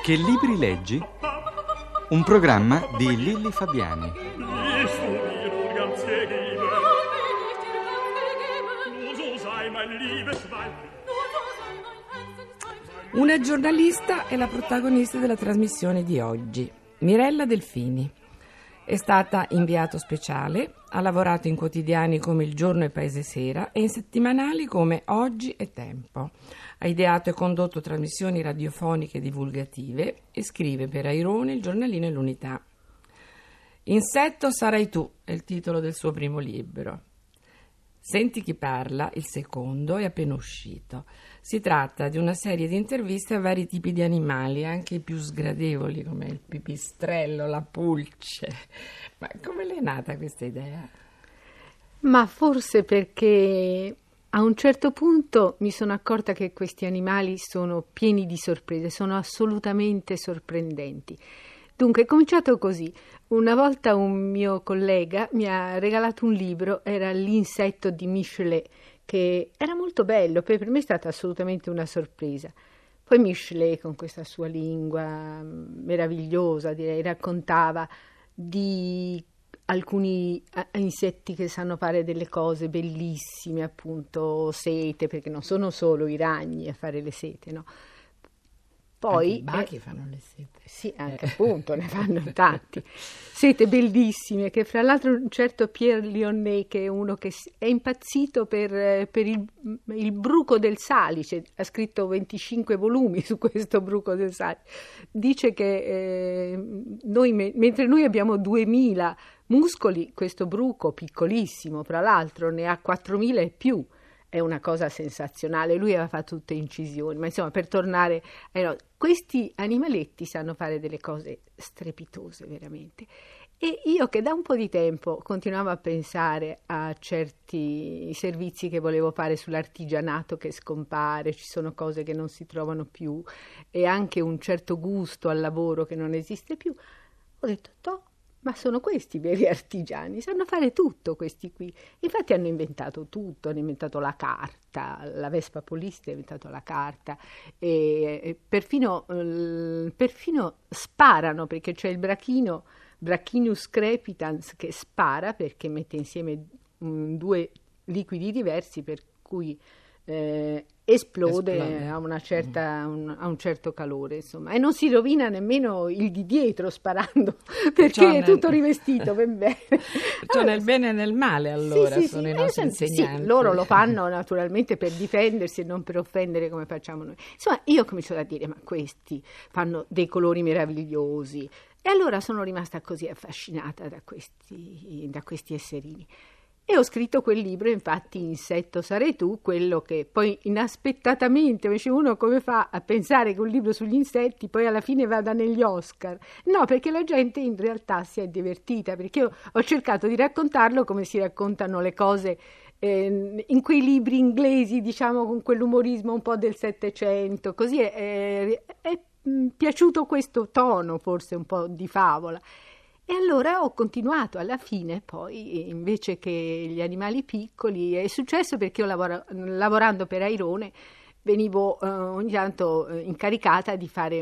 Che libri leggi? Un programma di Lilli Fabiani. Una giornalista è la protagonista della trasmissione di oggi, Mirella Delfini. È stata inviato speciale, ha lavorato in quotidiani come Il Giorno e Paese Sera e in settimanali come Oggi e Tempo. Ha ideato e condotto trasmissioni radiofoniche divulgative e scrive per Airone, Il Giornalino e l'Unità. Insetto sarai tu è il titolo del suo primo libro. Senti chi parla, il secondo, è appena uscito. Si tratta di una serie di interviste a vari tipi di animali, anche i più sgradevoli come il pipistrello, la pulce. Ma come le è nata questa idea? Ma forse perché a un certo punto mi sono accorta che questi animali sono pieni di sorprese, sono assolutamente sorprendenti. Dunque, è cominciato così. Una volta un mio collega mi ha regalato un libro, era L'insetto di Michelet, che era molto bello, per me è stata assolutamente una sorpresa. Poi Michelet, con questa sua lingua meravigliosa, direi, raccontava di alcuni insetti che sanno fare delle cose bellissime, appunto sete, perché non sono solo i ragni a fare le sete, no? Poi anche i bachi fanno le sete. Sì, anche appunto, ne fanno tanti. Sete bellissime, che fra l'altro un certo Pierre Lionnet, che è uno che è impazzito per il bruco del salice, ha scritto 25 volumi su questo bruco del salice, dice che mentre noi abbiamo 2000 muscoli, questo bruco piccolissimo, fra l'altro ne ha 4000 e più. È una cosa sensazionale, lui aveva fatto tutte incisioni, ma insomma, per tornare questi animaletti sanno fare delle cose strepitose veramente. E io, che da un po' di tempo continuavo a pensare a certi servizi che volevo fare sull'artigianato che scompare, ci sono cose che non si trovano più e anche un certo gusto al lavoro che non esiste più, ho detto ma sono questi i veri artigiani, sanno fare tutto questi qui. Infatti hanno inventato tutto, hanno inventato la carta, la Vespa Polista ha inventato la carta, e perfino sparano, perché c'è il Brachinus crepitans, che spara perché mette insieme due liquidi diversi, per cui esplode a un certo calore, insomma, e non si rovina nemmeno il di dietro sparando, perché è tutto rivestito ben bene. Cioè nel bene e nel male, allora, sì, sono i nostri insegnanti. Sì, loro lo fanno naturalmente per difendersi e non per offendere come facciamo noi. Insomma, io ho cominciato a dire, ma questi fanno dei colori meravigliosi, e allora sono rimasta così affascinata da questi esserini. E ho scritto quel libro, infatti, Insetto sarai tu, quello che poi inaspettatamente, invece uno come fa a pensare che un libro sugli insetti poi alla fine vada negli Oscar? No, perché la gente in realtà si è divertita, perché io ho cercato di raccontarlo come si raccontano le cose in quei libri inglesi, diciamo, con quell'umorismo un po' del Settecento, così è piaciuto questo tono, forse un po' di favola. E allora ho continuato, alla fine poi, invece che gli animali piccoli, è successo perché io lavorando per Airone venivo ogni tanto incaricata di fare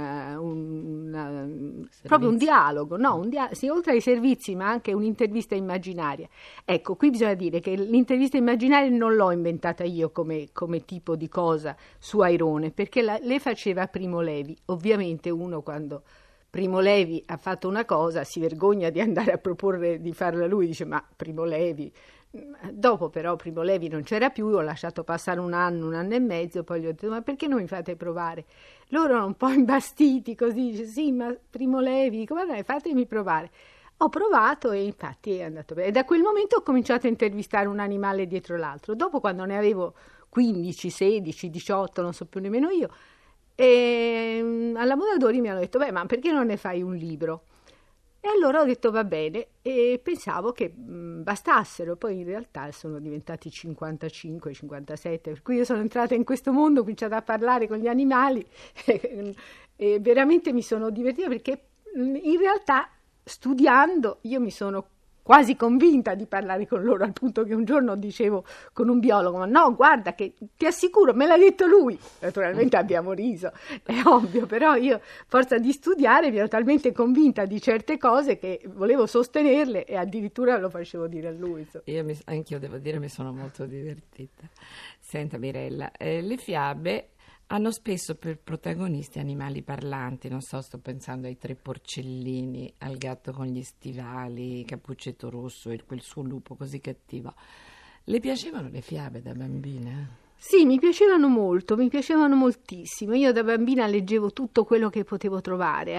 proprio un dialogo, sì, oltre ai servizi, ma anche un'intervista immaginaria. Ecco, qui bisogna dire che l'intervista immaginaria non l'ho inventata io come tipo di cosa su Airone, perché le faceva Primo Levi. Ovviamente uno, quando Primo Levi ha fatto una cosa, si vergogna di andare a proporre di farla lui, dice ma Primo Levi. Dopo però Primo Levi non c'era più, ho lasciato passare un anno e mezzo, poi gli ho detto ma perché non mi fate provare? Loro erano un po' imbastiti così, dice sì ma Primo Levi, dico vabbè fatemi provare. Ho provato e infatti è andato bene. E da quel momento ho cominciato a intervistare un animale dietro l'altro. Dopo, quando ne avevo 15, 16, 18, non so più nemmeno io, e alla Mondadori mi hanno detto ma perché non ne fai un libro? E allora ho detto va bene, e pensavo che bastassero, poi in realtà sono diventati 55, 57, per cui io sono entrata in questo mondo, ho cominciato a parlare con gli animali e veramente mi sono divertita, perché in realtà studiando io mi sono quasi convinta di parlare con loro, al punto che un giorno dicevo con un biologo: ma no, guarda che ti assicuro, me l'ha detto lui. Naturalmente abbiamo riso, è ovvio, però io, forza di studiare, mi ero talmente convinta di certe cose che volevo sostenerle e addirittura lo facevo dire a lui. Anch'io devo dire, mi sono molto divertita. Senta Mirella, le fiabe hanno spesso per protagonisti animali parlanti, non so, sto pensando ai 3 porcellini, al gatto con gli stivali, Cappuccetto Rosso e quel suo lupo così cattivo. Le piacevano le fiabe da bambina? Sì, mi piacevano molto, mi piacevano moltissimo. Io da bambina leggevo tutto quello che potevo trovare,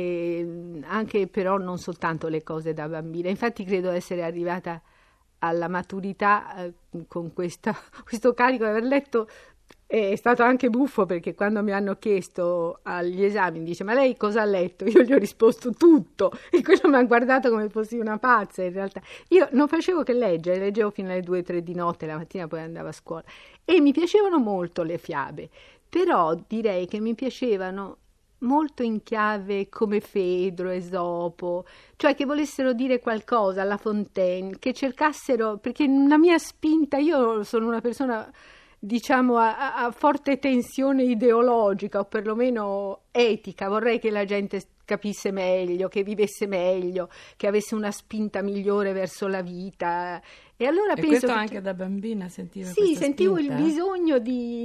anche però non soltanto le cose da bambina. Infatti credo essere arrivata alla maturità con questo carico di aver letto. È stato anche buffo, perché quando mi hanno chiesto agli esami, dice: ma lei cosa ha letto? Io gli ho risposto tutto, e quello mi ha guardato come fossi una pazza. In realtà io non facevo che leggere, leggevo fino alle 2-3 di notte, la mattina poi andavo a scuola, e mi piacevano molto le fiabe, però direi che mi piacevano molto in chiave come Fedro, Esopo, cioè che volessero dire qualcosa, La Fontaine, che cercassero, perché una mia spinta, io sono una persona, diciamo, a forte tensione ideologica, o perlomeno etica. Vorrei che la gente capisse meglio, che vivesse meglio, che avesse una spinta migliore verso la vita. E allora penso questo che anche da bambina sentiva sì, questa sentivo spinta? il bisogno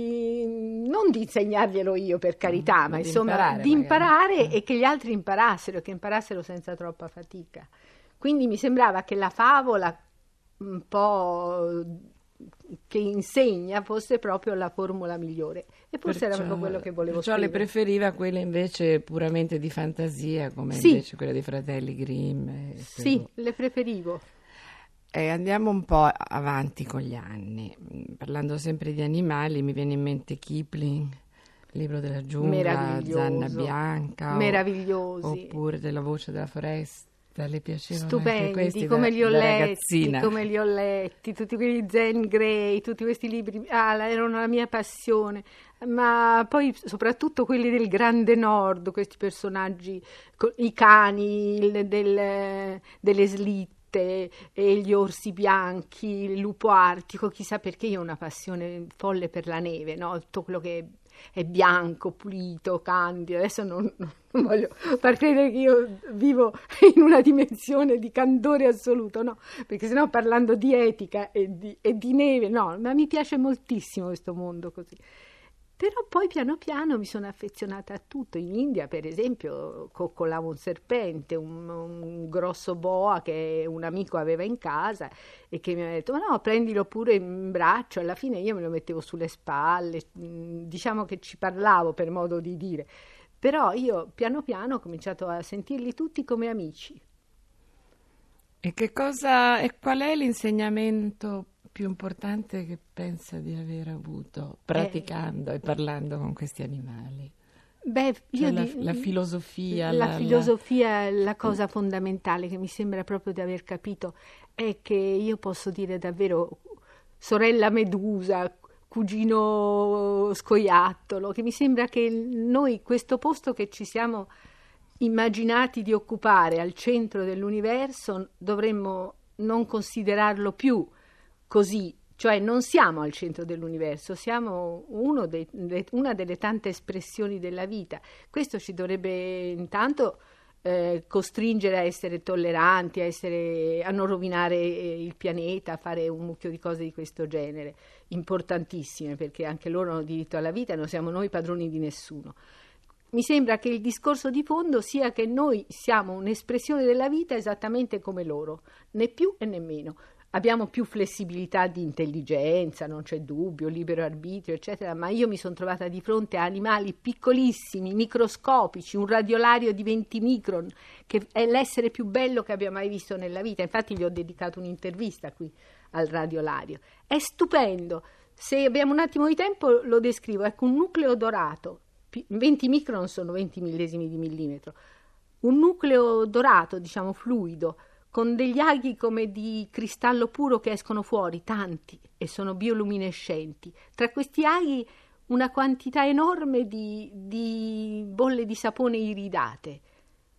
non di insegnarglielo io, per carità, ma insomma di imparare imparare, e che gli altri imparassero, che imparassero senza troppa fatica. Quindi mi sembrava che la favola un po' che insegna fosse proprio la formula migliore, e forse era proprio quello che volevo perciò scrivere. le preferiva quelle invece puramente di fantasia, come Sì. invece quelle dei fratelli Grimm. Sì, le preferivo. Andiamo un po' avanti con gli anni. Parlando sempre di animali, mi viene in mente Kipling, Libro della giungla, Zanna Bianca, meravigliosi, oppure Della voce della foresta. Le piacevano stupendi, anche questi come li ho letti, ragazzina? come li ho letti, tutti quelli di Zane Grey, tutti questi libri, erano la mia passione, ma poi soprattutto quelli del Grande Nord, questi personaggi, i cani delle slitte e gli orsi bianchi, il lupo artico. Chissà perché io ho una passione folle per la neve, no? Tutto quello che è bianco, pulito, candido. Adesso non voglio far credere che io vivo in una dimensione di candore assoluto, no, perché sennò, parlando di etica e di neve, no, ma mi piace moltissimo questo mondo così. Però poi piano piano mi sono affezionata a tutto. In India, per esempio, coccolavo un serpente, un grosso boa che un amico aveva in casa, e che mi ha detto: ma no, prendilo pure in braccio. Alla fine io me lo mettevo sulle spalle, diciamo che ci parlavo, per modo di dire. Però io piano piano ho cominciato a sentirli tutti come amici. E qual è l'insegnamento più importante che pensa di aver avuto praticando e parlando con questi animali? Beh, la filosofia. La filosofia, la cosa fondamentale che mi sembra proprio di aver capito, è che io posso dire davvero sorella Medusa, cugino scoiattolo, che mi sembra che noi, questo posto che ci siamo immaginati di occupare al centro dell'universo, dovremmo non considerarlo più così, cioè non siamo al centro dell'universo, siamo una delle tante espressioni della vita. Questo ci dovrebbe intanto costringere a essere tolleranti, a non rovinare il pianeta, a fare un mucchio di cose di questo genere, importantissime, perché anche loro hanno diritto alla vita e non siamo noi padroni di nessuno. Mi sembra che il discorso di fondo sia che noi siamo un'espressione della vita esattamente come loro, né più e né meno. Abbiamo più flessibilità di intelligenza, non c'è dubbio, libero arbitrio, eccetera, ma io mi sono trovata di fronte a animali piccolissimi, microscopici, un radiolario di 20 micron, che è l'essere più bello che abbia mai visto nella vita. Infatti gli ho dedicato un'intervista qui al radiolario. È stupendo. Se abbiamo un attimo di tempo lo descrivo. Ecco, un nucleo dorato, 20 micron sono 20 millesimi di millimetro, un nucleo dorato, diciamo fluido, con degli aghi come di cristallo puro che escono fuori, tanti, e sono bioluminescenti. Tra questi aghi una quantità enorme di bolle di sapone iridate.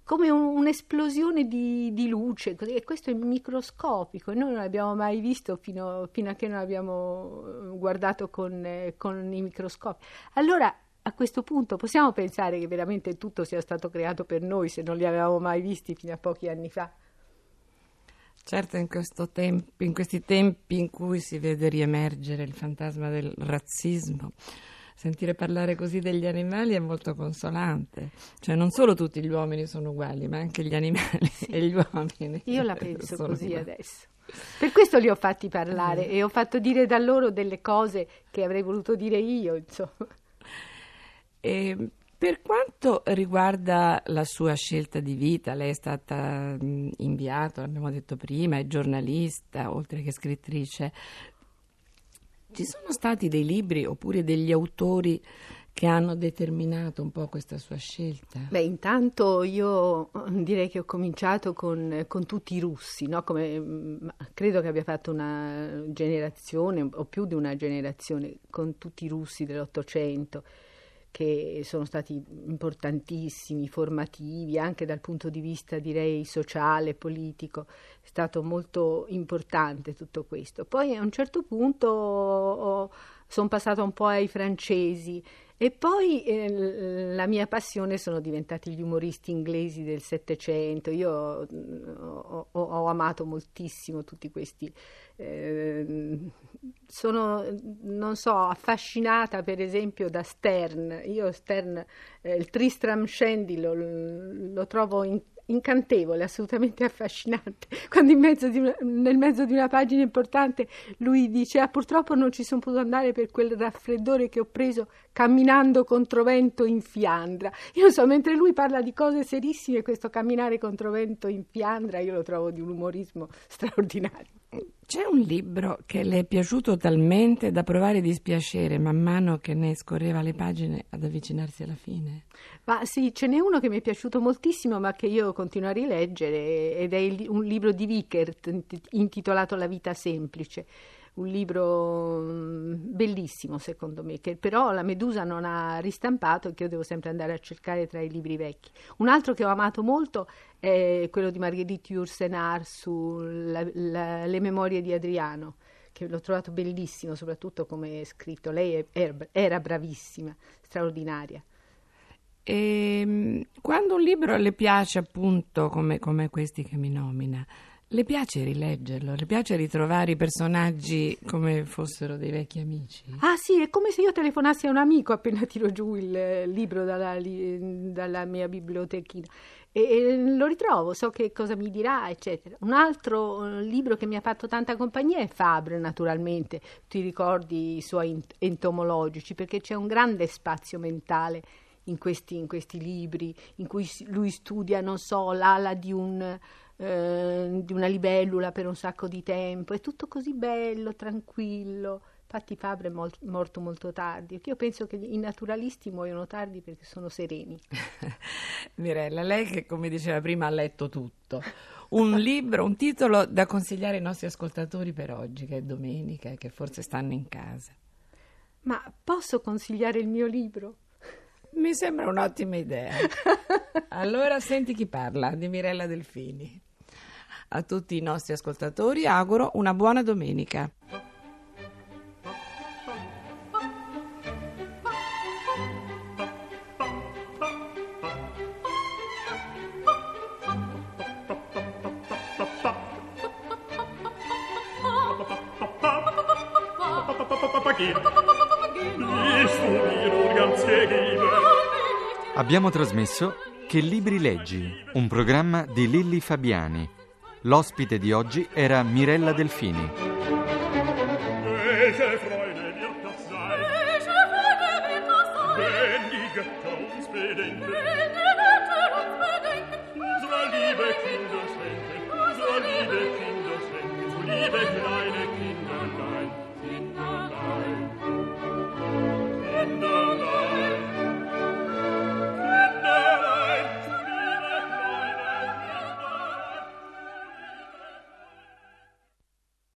come un'esplosione di luce, così, e questo è microscopico, noi non l'abbiamo mai visto fino a che non abbiamo guardato con i microscopi. Allora, a questo punto possiamo pensare che veramente tutto sia stato creato per noi se non li avevamo mai visti fino a pochi anni fa? Certo, in questi tempi in cui si vede riemergere il fantasma del razzismo, sentire parlare così degli animali è molto consolante. Cioè, non solo tutti gli uomini sono uguali, ma anche gli animali e gli uomini. Io la penso così adesso. Per questo li ho fatti parlare e ho fatto dire da loro delle cose che avrei voluto dire io, insomma. E per quanto riguarda la sua scelta di vita, lei è stata inviata, l'abbiamo detto prima, è giornalista, oltre che scrittrice. Ci sono stati dei libri oppure degli autori che hanno determinato un po' questa sua scelta? Beh, intanto io direi che ho cominciato con tutti i russi, no? Credo che abbia fatto una generazione, o più di una generazione, con tutti i russi dell'Ottocento, che sono stati importantissimi, formativi, anche dal punto di vista, direi, sociale, politico. È stato molto importante tutto questo. Poi a un certo punto sono passata un po' ai francesi e poi la mia passione sono diventati gli umoristi inglesi del Settecento. Io ho amato moltissimo tutti questi. Sono, non so, affascinata per esempio da Sterne. Io Sterne, il Tristram Shandy lo trovo incantevole, assolutamente affascinante. Quando nel mezzo di una pagina importante lui dice: purtroppo non ci sono potuto andare per quel raffreddore che ho preso camminando controvento in Fiandra. Io non so, mentre lui parla di cose serissime, questo camminare controvento in Fiandra io lo trovo di un umorismo straordinario. C'è un libro che le è piaciuto talmente da provare dispiacere man mano che ne scorreva le pagine ad avvicinarsi alla fine? Ma sì, ce n'è uno che mi è piaciuto moltissimo ma che io continuo a rileggere ed è un libro di Wiechert intitolato La vita semplice. Un libro bellissimo secondo me, che però la Medusa non ha ristampato e che io devo sempre andare a cercare tra i libri vecchi. Un altro che ho amato molto è quello di Marguerite Yourcenar sulle memorie di Adriano, che l'ho trovato bellissimo, soprattutto come è scritto. Lei era bravissima, straordinaria. E quando un libro le piace, appunto, come questi che mi nomina, le piace rileggerlo? Le piace ritrovare i personaggi come fossero dei vecchi amici? Ah sì, è come se io telefonassi a un amico appena tiro giù il libro dalla mia bibliotechina e lo ritrovo, so che cosa mi dirà, eccetera. Un altro libro che mi ha fatto tanta compagnia è Fabre, naturalmente. Ti ricordi i suoi entomologici, perché c'è un grande spazio mentale in questi libri in cui lui studia, non so, l'ala di una libellula per un sacco di tempo. È tutto così bello, tranquillo. Infatti Fabre è morto molto tardi. Io penso che i naturalisti muoiono tardi perché sono sereni. Mirella, lei che, come diceva prima, ha letto tutto. Un libro, un titolo da consigliare ai nostri ascoltatori per oggi, che è domenica e che forse stanno in casa. Ma posso consigliare il mio libro? Mi sembra un'ottima idea. Allora senti chi parla, di Mirella Delfini. A tutti i nostri ascoltatori auguro una buona domenica. Abbiamo trasmesso Che libri leggi? Un programma di Lilli Fabiani. L'ospite di oggi era Mirella Delfini. Liebe Kinder schenken,